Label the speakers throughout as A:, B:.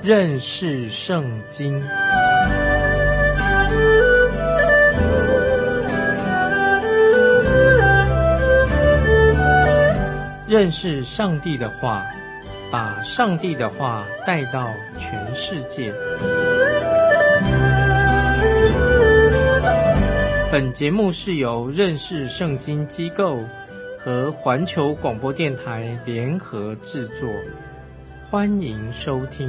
A: 认识圣经。认识上帝的话，把上帝的话带到全世界。本节目是由认识圣经机构和环球广播电台联合制作，欢迎收听。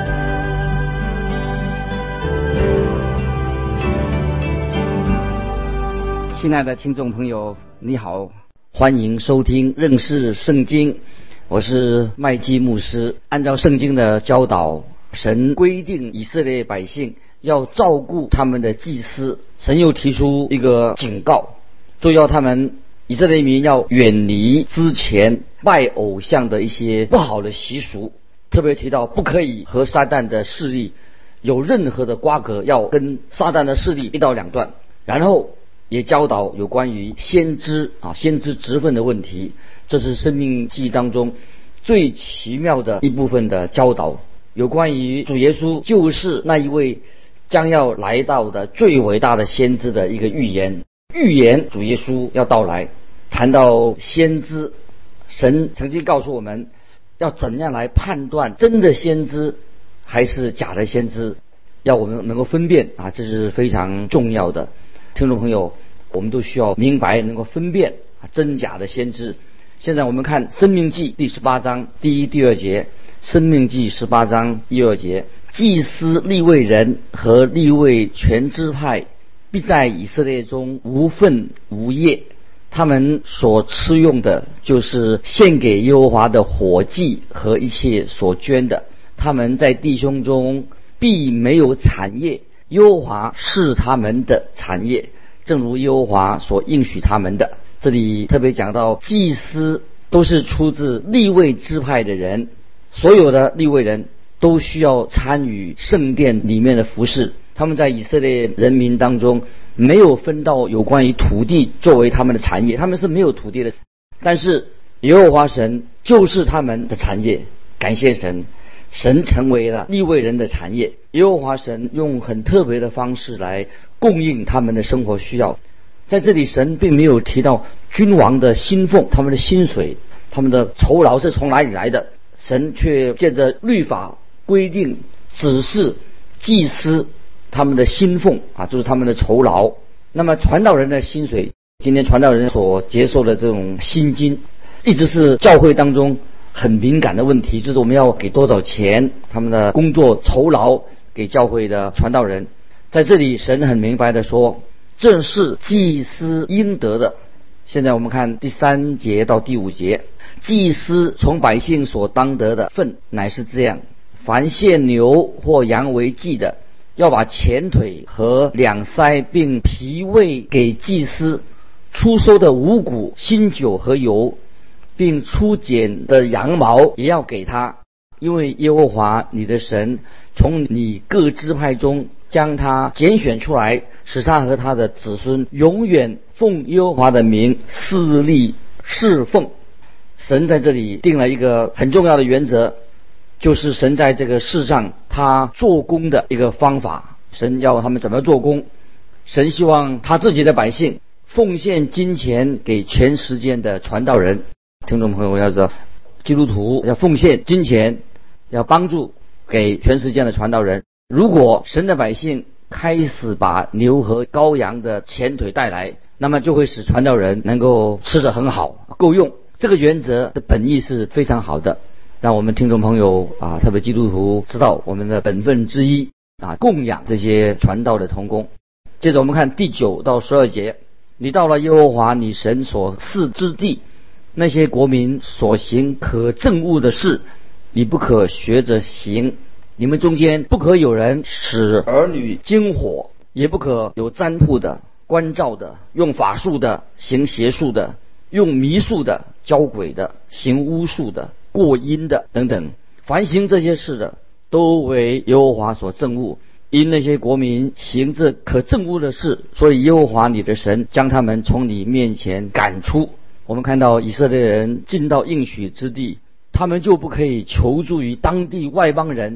B: 亲爱的听众朋友，你好，欢迎收听认识圣经，我是麦基牧师。按照圣经的教导，神规定以色列百姓要照顾他们的祭司，神又提出一个警告，就要他们以色列民要远离之前拜偶像的一些不好的习俗，特别提到不可以和撒旦的势力有任何的瓜葛，要跟撒旦的势力一刀两断。然后也教导有关于先知职分的问题，这是生命记当中最奇妙的一部分的教导，有关于主耶稣就是那一位将要来到的最伟大的先知的一个预言主耶稣要到来。谈到先知，神曾经告诉我们要怎样来判断真的先知还是假的先知，要我们能够分辨这是非常重要的。听众朋友，我们都需要明白能够分辨真假的先知。现在我们看申命记第18章第1、第2节。申命记18章1、2节，祭司利未人和利未全支派必在以色列中无分无业，他们所吃用的就是献给耶和华的火祭和一切所捐的。他们在弟兄中必没有产业，耶和华是他们的产业，正如耶和华所应许他们的。这里特别讲到祭司都是出自利未支派的人，所有的利未人都需要参与圣殿里面的服事。他们在以色列人民当中没有分到有关于土地作为他们的产业，他们是没有土地的，但是耶和华神就是他们的产业。感谢神，神成为了利未人的产业。耶和华神用很特别的方式来供应他们的生活需要。在这里神并没有提到君王的薪俸，他们的薪水，他们的酬劳是从哪里来的，神却借着律法规定指示祭司他们的薪俸就是他们的酬劳。那么传道人的薪水，今天传道人所接受的这种薪金，一直是教会当中很敏感的问题，就是我们要给多少钱，他们的工作酬劳给教会的传道人。在这里神很明白的说，这是祭司应得的。现在我们看第3节到第5节，祭司从百姓所当得的份乃是这样：凡献牛或羊为祭的，要把前腿和两腮并脾胃给祭司；初收的五谷、新酒和油，并初剪的羊毛也要给他，因为耶和华你的神从你各支派中将他拣选出来，使他和他的子孙永远奉耶和华的名侍立侍奉。神在这里定了一个很重要的原则，就是神在这个世上他做工的一个方法。神要他们怎么做工？神希望他自己的百姓奉献金钱给全世界的传道人。听众朋友要知道，基督徒要奉献金钱，要帮助给全世界的传道人。如果神的百姓开始把牛和羔羊的前腿带来，那么就会使传道人能够吃得很好，够用。这个原则的本意是非常好的，让我们听众朋友特别基督徒知道我们的本分之一供养这些传道的同工。接着我们看第9到12节，你到了耶和华你神所赐之地，那些国民所行可憎恶的事，你不可学着行。你们中间不可有人使儿女经火，也不可有占卜的、关照的、用法术的、行邪术的、用迷术的、教鬼的、行巫术的、过阴的等等。凡行这些事的，都为耶和华所憎恶。因那些国民行这可憎恶的事，所以耶和华你的神将他们从你面前赶出。我们看到以色列人进到应许之地，他们就不可以求助于当地外邦人，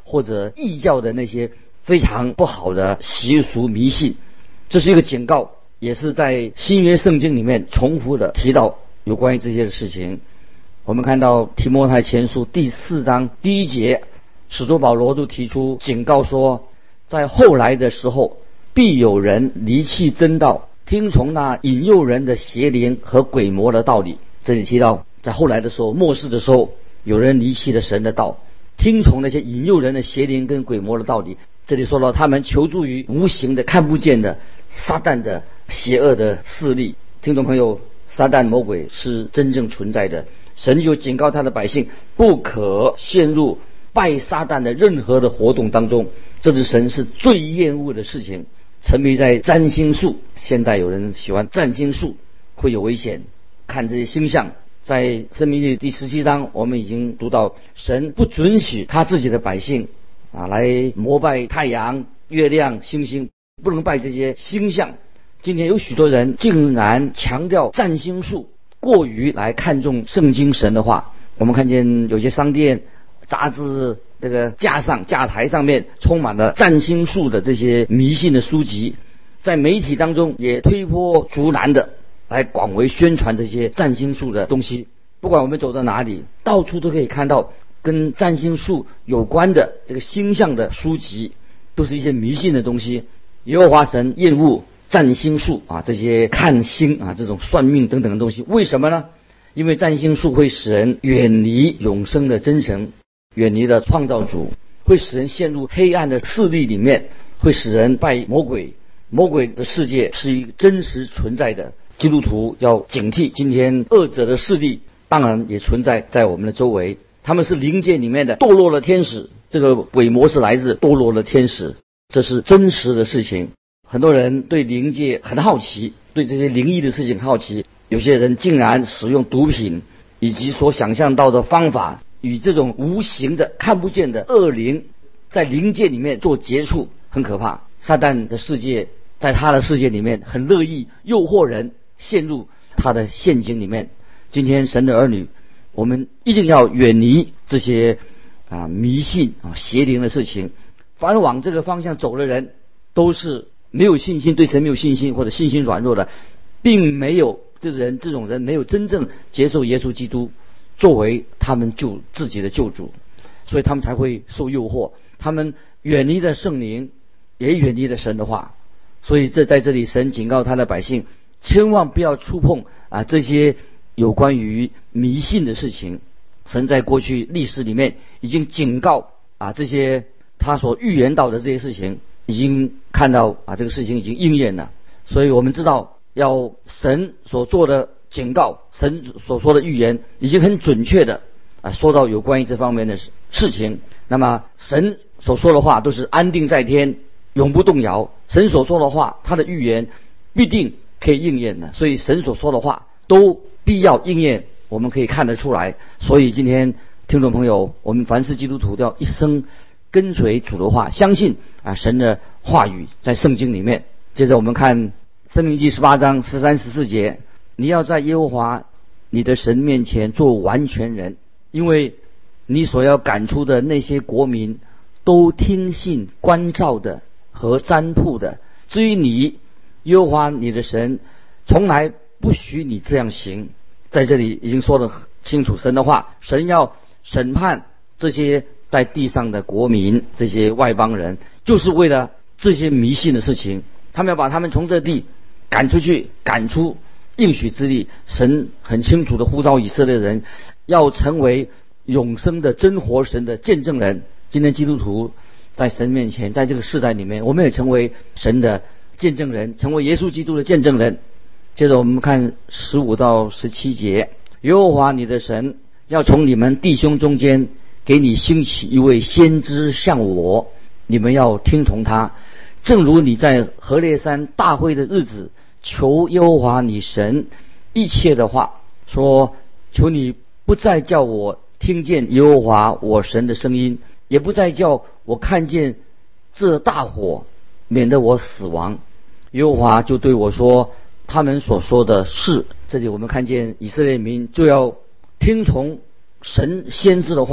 B: 或者异教的那些非常不好的习俗迷信。这是一个警告，也是在新约圣经里面重复的提到有关于这些的事情。我们看到提摩太前书第4章第1节，使徒保罗就提出警告说，在后来的时候必有人离弃真道，听从那引诱人的邪灵和鬼魔的道理。这里提到在后来的时候，末世的时候，有人离弃了神的道，听从那些引诱人的邪灵跟鬼魔的道理。这里说到他们求助于无形的看不见的撒旦的邪恶的势力。听众朋友，撒旦魔鬼是真正存在的，神就警告他的百姓不可陷入拜撒旦的任何的活动当中，这是神是最厌恶的事情。沉迷在占星术，现代有人喜欢占星术，会有危险。看这些星象，在申命记第17章我们已经读到，神不准许他自己的百姓来膜拜太阳、月亮、星星，不能拜这些星象。今天有许多人竟然强调占星术，过于来看重圣经神的话。我们看见有些商店、杂志这个架台上面充满了占星术的这些迷信的书籍，在媒体当中也推波助澜的来广为宣传这些占星术的东西。不管我们走到哪里，到处都可以看到跟占星术有关的这个星象的书籍，都是一些迷信的东西。耶和华神厌恶占星术这些看星这种算命等等的东西。为什么呢？因为占星术会使人远离永生的真神，远离了创造主，会使人陷入黑暗的势力里面，会使人拜魔鬼。魔鬼的世界是一个真实存在的，基督徒要警惕。今天恶者的势力当然也存在在我们的周围，他们是灵界里面的堕落的天使，这个鬼魔是来自堕落的天使，这是真实的事情。很多人对灵界很好奇，对这些灵异的事情好奇，有些人竟然使用毒品以及所想象到的方法，与这种无形的看不见的恶灵在灵界里面做接触，很可怕。撒旦的世界在他的世界里面很乐意诱惑人陷入他的陷阱里面。今天神的儿女，我们一定要远离这些迷信邪灵的事情。凡往这个方向走的人，都是没有信心，对神没有信心，或者信心软弱的，并没有这种人没有真正接受耶稣基督作为他们自己的救主，所以他们才会受诱惑。他们远离了圣灵，也远离了神的话。所以在这里神警告他的百姓，千万不要触碰这些有关于迷信的事情。神在过去历史里面已经警告这些他所预言到的这些事情，已经看到这个事情已经应验了。所以我们知道，要神所做的警告，神所说的预言已经很准确的说到有关于这方面的事情。那么神所说的话都是安定在天，永不动摇。神所说的话，他的预言必定可以应验的，所以神所说的话都必要应验，我们可以看得出来。所以今天听众朋友，我们凡是基督徒都要一生跟随主的话，相信神的话语在圣经里面。接着我们看申命记18章13、14节，你要在耶和华你的神面前做完全人，因为你所要赶出的那些国民都听信关照的和占卜的。至于你，耶和华你的神从来不许你这样行。在这里已经说得很清楚神的话，神要审判这些在地上的国民，这些外邦人，就是为了这些迷信的事情，他们要把他们从这地赶出去，赶出应许之地。神很清楚的呼召以色列人要成为永生的真活神的见证人。今天基督徒在神面前，在这个世代里面，我们也成为神的见证人，成为耶稣基督的见证人。接着我们看15到17节，耶和华你的神要从你们弟兄中间给你兴起一位先知像我，你们要听从他，正如你在何烈山大会的日子求耶和华你神一切的话，说求你不再叫我听见耶和华我神的声音，也不再叫我看见这大火，免得我死亡。耶和华就对我说，他们所说的是。这里我们看见以色列民就要听从神先知的话，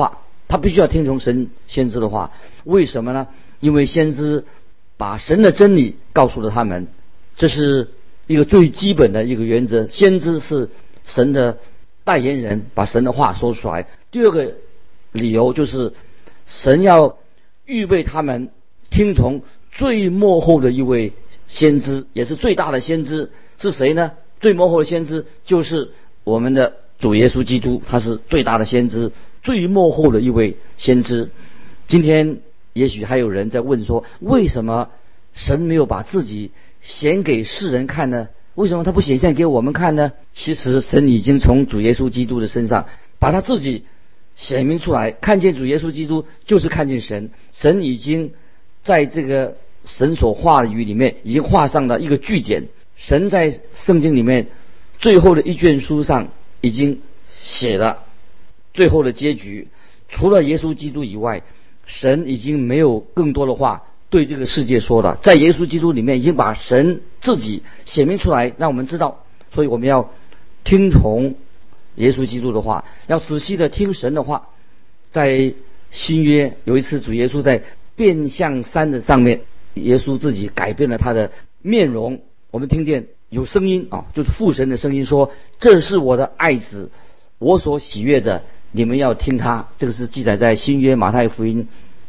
B: 他必须要听从神先知的话。为什么呢？因为先知把神的真理告诉了他们，这是一个最基本的一个原则。先知是神的代言人，把神的话说出来。第二个理由就是神要预备他们听从最末后的一位先知，也是最大的先知是谁呢？最末后的先知就是我们的主耶稣基督，他是最大的先知，最末后的一位先知。今天也许还有人在问说，为什么神没有把自己显给世人看呢？为什么他不显现给我们看呢？其实神已经从主耶稣基督的身上把他自己显明出来。看见主耶稣基督就是看见神，神已经在这个神所话语里面已经画上了一个句点。神在圣经里面最后的一卷书上已经写了最后的结局。除了耶稣基督以外，神已经没有更多的话对这个世界说了。在耶稣基督里面已经把神自己显明出来，让我们知道。所以我们要听从耶稣基督的话，要仔细的听神的话。在新约有一次主耶稣在变相山的上面，耶稣自己改变了他的面容，我们听见有声音就是父神的声音说，这是我的爱子，我所喜悦的，你们要听他。这个是记载在新约马太福音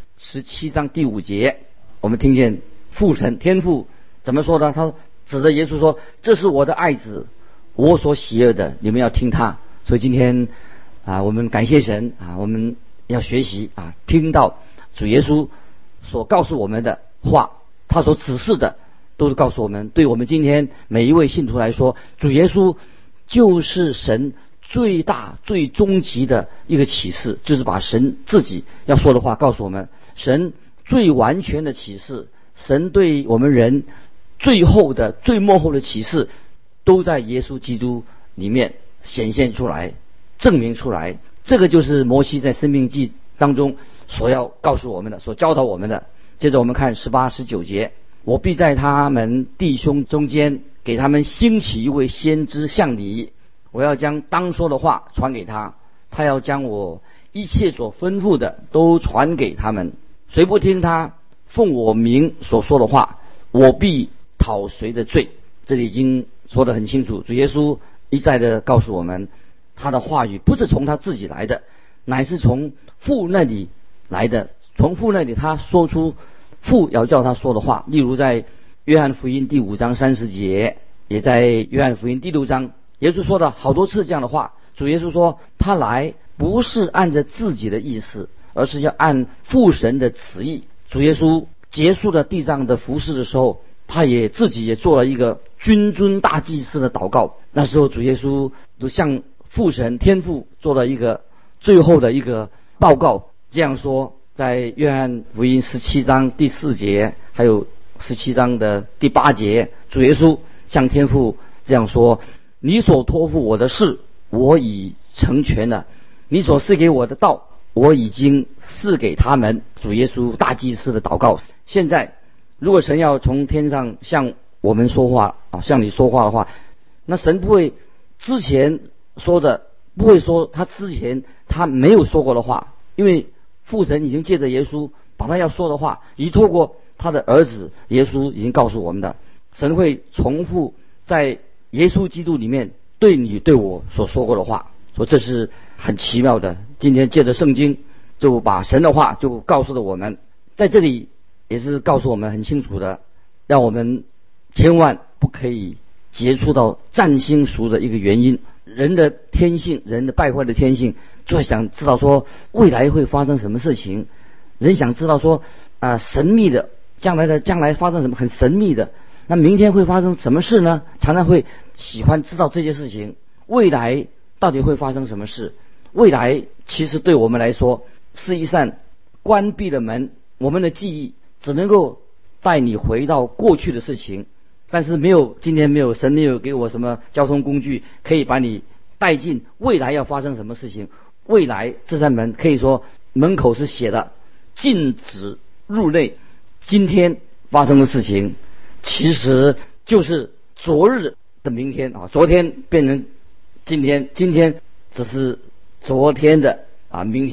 B: 17章第5节。我们听见父神天父怎么说呢？他指着耶稣说，这是我的爱子，我所喜悦的，你们要听他。所以今天我们感谢神我们要学习听到主耶稣所告诉我们的话，他所指示的都是告诉我们。对我们今天每一位信徒来说，主耶稣就是神最大最终极的一个启示，就是把神自己要说的话告诉我们。神最完全的启示，神对我们人最后的最末后的启示，都在耶稣基督里面显现出来，证明出来。这个就是摩西在申命记当中所要告诉我们的，所教导我们的。接着我们看18、19节，我必在他们弟兄中间给他们兴起一位先知像你，我要将当说的话传给他，他要将我一切所吩咐的都传给他们。谁不听他奉我名所说的话，我必讨谁的罪。这里已经说得很清楚，主耶稣一再的告诉我们，他的话语不是从他自己来的，乃是从父那里来的。从父那里他说出父要叫他说的话。例如在约翰福音第5章30节，也在约翰福音第6章，耶稣说了好多次这样的话。主耶稣说，他来不是按着自己的意思，而是要按父神的旨意。主耶稣结束了地上的服事的时候，他也自己也做了一个君尊大祭司的祷告。那时候主耶稣就向父神天父做了一个最后的一个报告，这样说，在约翰福音17章第4节，还有17章的第8节，主耶稣向天父这样说，你所托付我的事我已成全了，你所赐给我的道我已经赐给他们。主耶稣大祭司的祷告。现在如果神要从天上向我们说话向你说话的话，那神不会之前说的，不会说他之前他没有说过的话，因为父神已经借着耶稣把他要说的话已透过他的儿子耶稣已经告诉我们的。神会重复在耶稣基督里面对你对我所说过的话，说这是很奇妙的。今天借着圣经就把神的话就告诉了我们，在这里也是告诉我们很清楚的，让我们千万不可以接触到占星术的一个原因。人的天性，人的败坏的天性，就会想知道说未来会发生什么事情，人想知道说神秘的将来发生什么很神秘的，那明天会发生什么事呢？常常会喜欢知道这些事情，未来到底会发生什么事。未来其实对我们来说是一扇关闭的门，我们的记忆只能够带你回到过去的事情，但是今天没有神没有给我什么交通工具可以把你带进未来要发生什么事情。未来这扇门可以说门口是写的禁止入内，今天发生的事情其实就是昨日的明天昨天变成今天，今天只是昨天的明天。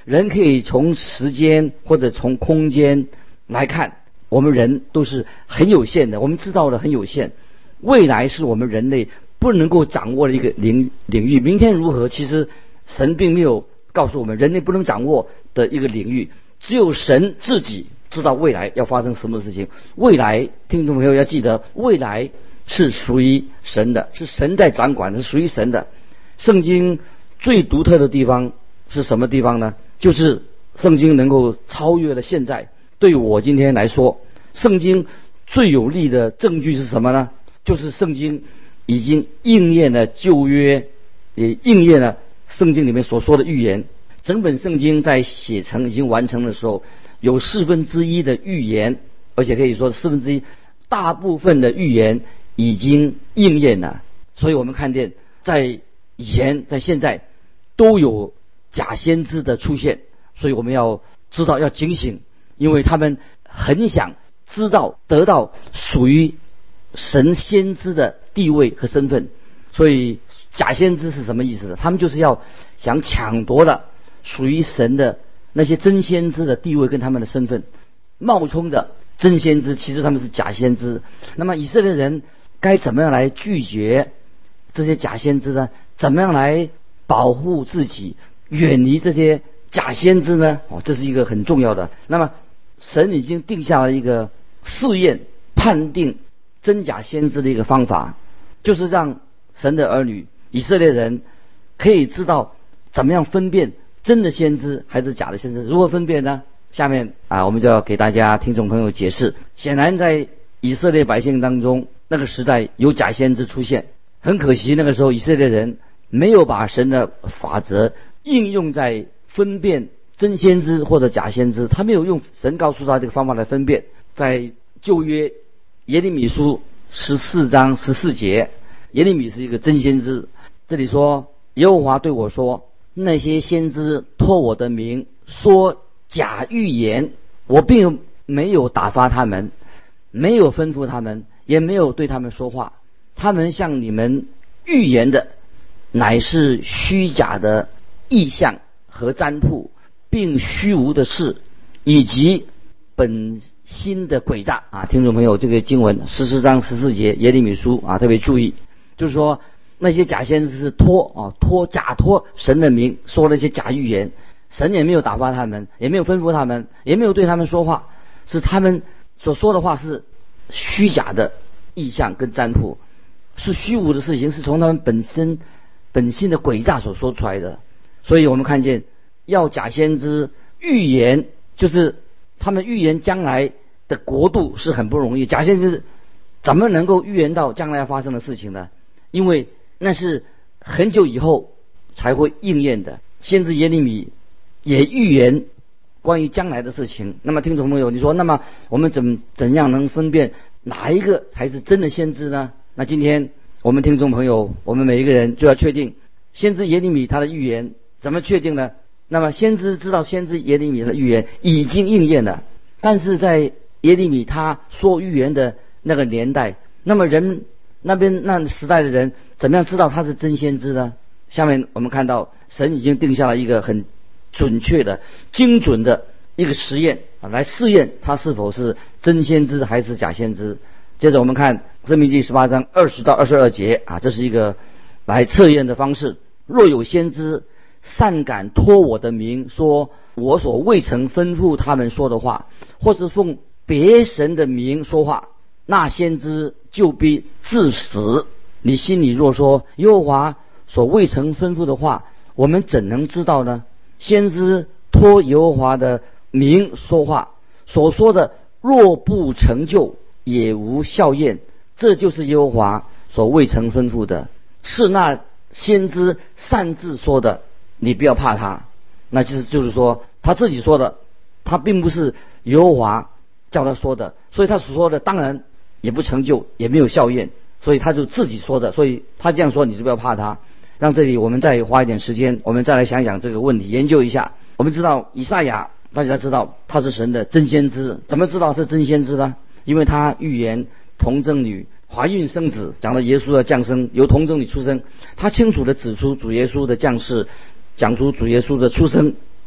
B: 人可以从时间或者从空间来看，我们人都是很有限的，我们知道的很有限。未来是我们人类不能够掌握的一个领域，明天如何，其实神并没有告诉我们，人类不能掌握的一个领域，只有神自己知道未来要发生什么事情。未来，听众朋友要记得，未来是属于神的，是神在掌管的，是属于神的。圣经最独特的地方是什么地方呢？就是圣经能够超越了现在。对我今天来说，圣经最有力的证据是什么呢？就是圣经已经应验了旧约，也应验了圣经里面所说的预言。整本圣经在写成已经完成的时候，有1/4的预言，而且可以说1/4，大部分的预言已经应验了。所以我们看见在以前在现在都有假先知的出现，所以我们要知道要警醒，因为他们很想知道得到属于神先知的地位和身份。所以假先知是什么意思呢？他们就是要想抢夺的属于神的那些真先知的地位跟他们的身份，冒充的真先知，其实他们是假先知。那么以色列人该怎么样来拒绝这些假先知呢？怎么样来保护自己远离这些假先知呢？这是一个很重要的。那么神已经定下了一个试验判定真假先知的一个方法，就是让神的儿女以色列人可以知道怎么样分辨真的先知还是假的先知。如何分辨呢？下面我们就要给大家听众朋友解释。显然在以色列百姓当中，那个时代有假先知出现，很可惜那个时候以色列人没有把神的法则应用在分辨真先知或者假先知，他没有用神告诉他这个方法来分辨。在旧约耶利米书14章14节，耶利米是一个真先知，这里说耶和华对我说，那些先知托我的名说假预言，我并没有打发他们，没有吩咐他们，也没有对他们说话，他们向你们预言的乃是虚假的意象和占卜，并虚无的事，以及本心的诡诈听众朋友，这个经文14章14节耶利米书特别注意，就是说那些假先知是假托神的名说了一些假预言，神也没有打发他们，也没有吩咐他们，也没有对他们说话，是他们所说的话是虚假的意象跟占卜，是虚无的事情，是从他们本心的诡诈所说出来的。所以我们看见要假先知预言，就是他们预言将来的国度是很不容易。假先知怎么能够预言到将来要发生的事情呢？因为那是很久以后才会应验的。先知耶利米也预言关于将来的事情。那么听众朋友，你说那么我们怎样能分辨哪一个才是真的先知呢？那今天我们听众朋友，我们每一个人就要确定先知耶利米他的预言怎么确定呢？那么先知知道先知耶利米的预言已经应验了，但是在耶利米他说预言的那个年代，那么人那时代的人怎么样知道他是真先知呢？下面我们看到神已经定下了一个很准确的精准的一个实验来试验他是否是真先知还是假先知。接着我们看申命记18章20到22节这是一个来测验的方式。若有先知擅敢托我的名说我所未曾吩咐他们说的话，或是奉别神的名说话，那先知就必致死。你心里若说耶和华所未曾吩咐的话，我们怎能知道呢？先知托耶和华的名说话，所说的若不成就，也无效验，这就是耶和华所未曾吩咐的。是那先知擅自说的，你不要怕他。那就是说他自己说的，他并不是耶和华叫他说的，所以他所说的当然也不成就，也没有效验，所以他就自己说的，所以他这样说你就不要怕他。让这里我们再花一点时间，我们再来想想这个问题，研究一下。我们知道以赛亚，大家知道他是神的真先知，怎么知道是真先知呢？因为他预言童贞女怀孕生子，讲到耶稣的降生，由童贞女出生，他清楚地指出主耶稣的降世，讲出主耶稣的出生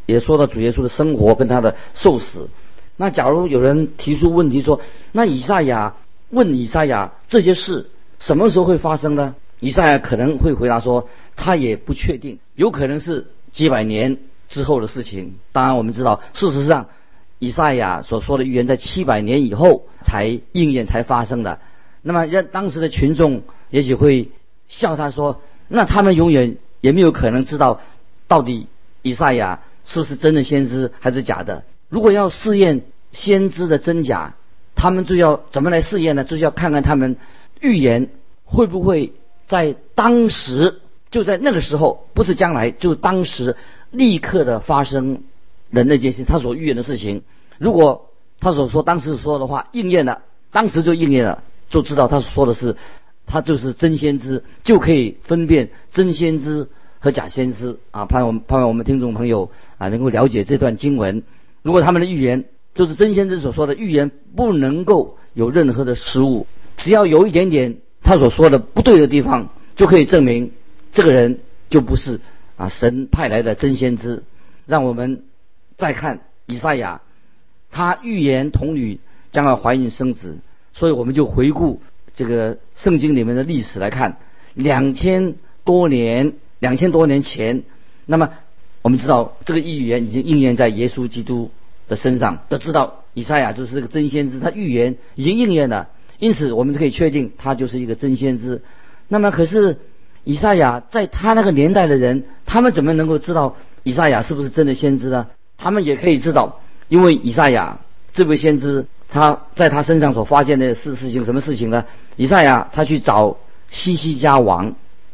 B: 也说到主耶稣的生活跟他的受死。那假如有人提出问题说，那以赛亚这些事什么时候会发生呢？以赛亚可能会回答说，他也不确定，有可能是几百年之后的事情。当然我们知道，事实上以赛亚所说的预言在700年以后才应验才发生的。那么让当时的群众也许会笑他说，那他们永远也没有可能知道到底以赛亚是不是真的先知还是假的。如果要试验先知的真假，他们就要怎么来试验呢？就是要看看他们预言会不会在当时，就在那个时候，不是将来，就当时立刻的发生的那件事，他所预言的事情。如果他所说当时说的话应验了，当时就应验了，就知道他所说的是他就是真先知，就可以分辨真先知和假先知啊。盼望我们听众朋友啊能够了解这段经文。如果他们的预言就是真先知所说的预言，不能够有任何的失误，只要有一点点他所说的不对的地方，就可以证明这个人就不是神派来的真先知。让我们再看以赛亚，他预言童女将要怀孕生子，所以我们就回顾这个圣经里面的历史来看，2000多年前，那么我们知道这个预言已经应验在耶稣基督的身上，都知道以赛亚就是这个真先知，他预言已经应验了，因此我们就可以确定他就是一个真先知。那么可是以赛亚在他那个年代的人，他们怎么能够知道以赛亚是不是真的先知呢？他们也可以知道，因为以赛亚这位先知，他在他身上所发现的事情，什么事情呢？以赛亚他去找西西家王，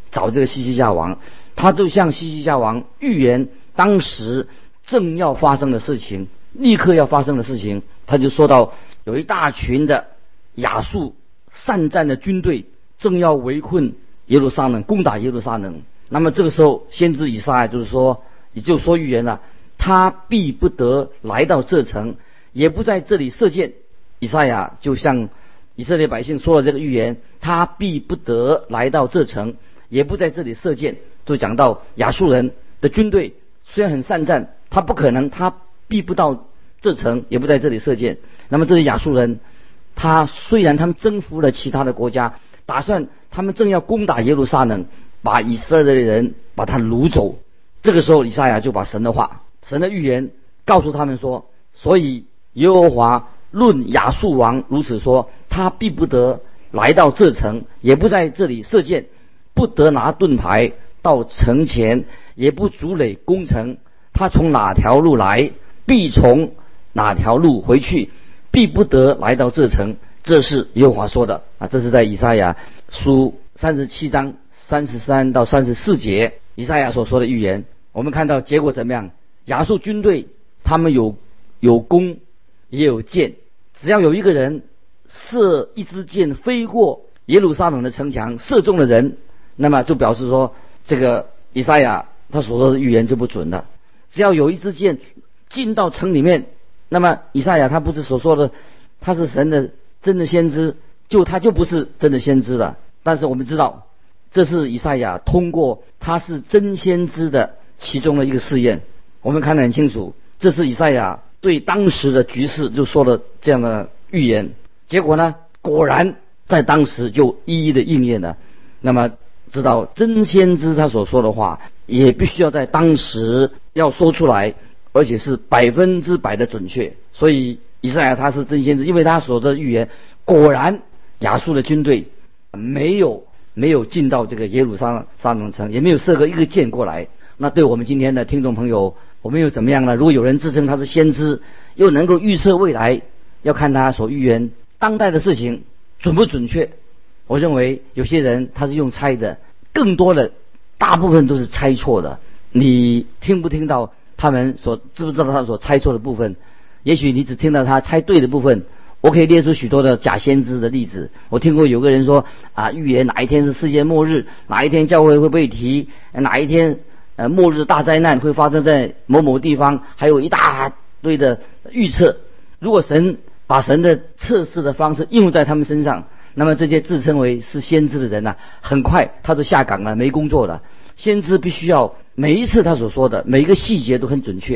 B: 他就向西西家王预言当时正要发生的事情，立刻要发生的事情。他就说到有一大群的亚述善战的军队正要围困耶路撒冷，攻打耶路撒冷。那么这个时候先知以赛亚也就说预言了，他必不得来到这城，也不在这里射箭。以赛亚就向以色列百姓说了这个预言，他必不得来到这城，也不在这里射箭。就讲到亚述人的军队虽然很善战，他必不到这城，也不在这里射箭。那么这些亚述人，虽然他们征服了其他的国家，打算他们正要攻打耶路撒冷，把以色列人把他掳走。这个时候以赛亚就把神的预言告诉他们说，所以耶和华论亚述王如此说，他必不得来到这城，也不在这里射箭，不得拿盾牌到城前，也不筑垒攻城。他从哪条路来，必从哪条路回去，必不得来到这城。这是耶和华说的啊！这是在以赛亚书37章33到34节以赛亚所说的预言。我们看到结果怎么样？亚述军队他们有弓也有箭，只要有一个人射一支箭飞过耶路撒冷的城墙，射中了人，那么就表示说这个以赛亚他所说的预言就不准了。只要有一支箭进到城里面，那么以赛亚他不是所说的他是神的真的先知，他就不是真的先知了。但是我们知道，这是以赛亚通过他是真先知的其中的一个试验。我们看得很清楚，这是以赛亚对当时的局势就说了这样的预言。结果呢，果然在当时就一一的应验了。那么知道真先知他所说的话，也必须要在当时要说出来，而且是100%的准确。所以以赛亚他是真先知，因为他所说的预言，果然亚述的军队没有进到这个耶路撒冷城，也没有射一个箭过来。那对我们今天的听众朋友，我们又怎么样呢？如果有人自称他是先知，又能够预测未来，要看他所预言当代的事情准不准确。我认为有些人他是用猜的，更多的大部分都是猜错的。你听不听到知不知道他所猜错的部分？也许你只听到他猜对的部分。我可以列出许多的假先知的例子。我听过有个人说预言哪一天是世界末日，哪一天教会会被提，哪一天末日大灾难会发生在某某地方，还有一大堆的预测。如果神把神的测试的方式应用在他们身上，那么这些自称为是先知的人很快他就下岗了，没工作了。先知必须要每一次他所说的每一个细节都很准确。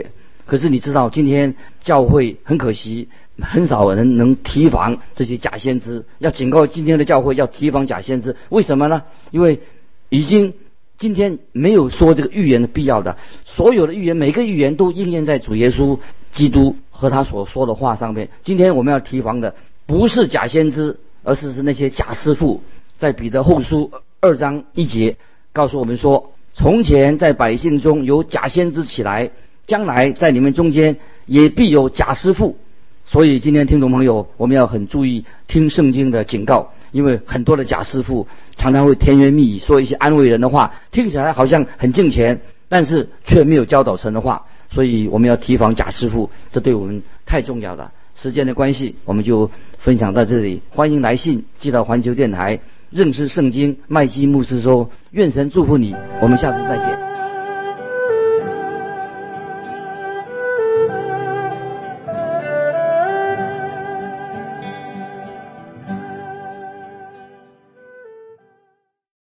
B: 可是你知道，今天教会很可惜，很少人能提防这些假先知。要警告今天的教会要提防假先知，为什么呢？因为今天没有说这个预言的必要的，所有的预言，每个预言都应验在主耶稣基督和他所说的话上面。今天我们要提防的不是假先知，而是那些假师傅。在彼得后书2章1节告诉我们说，从前在百姓中有假先知起来，将来在你们中间也必有假师傅。所以今天听众朋友，我们要很注意听圣经的警告，因为很多的假师傅常常会甜言蜜语，说一些安慰人的话，听起来好像很敬虔，但是却没有教导神的话。所以我们要提防假师傅，这对我们太重要了。时间的关系，我们就分享到这里。欢迎来信寄到环球电台认识圣经麦基牧师说，愿神祝福你，我们下次再见。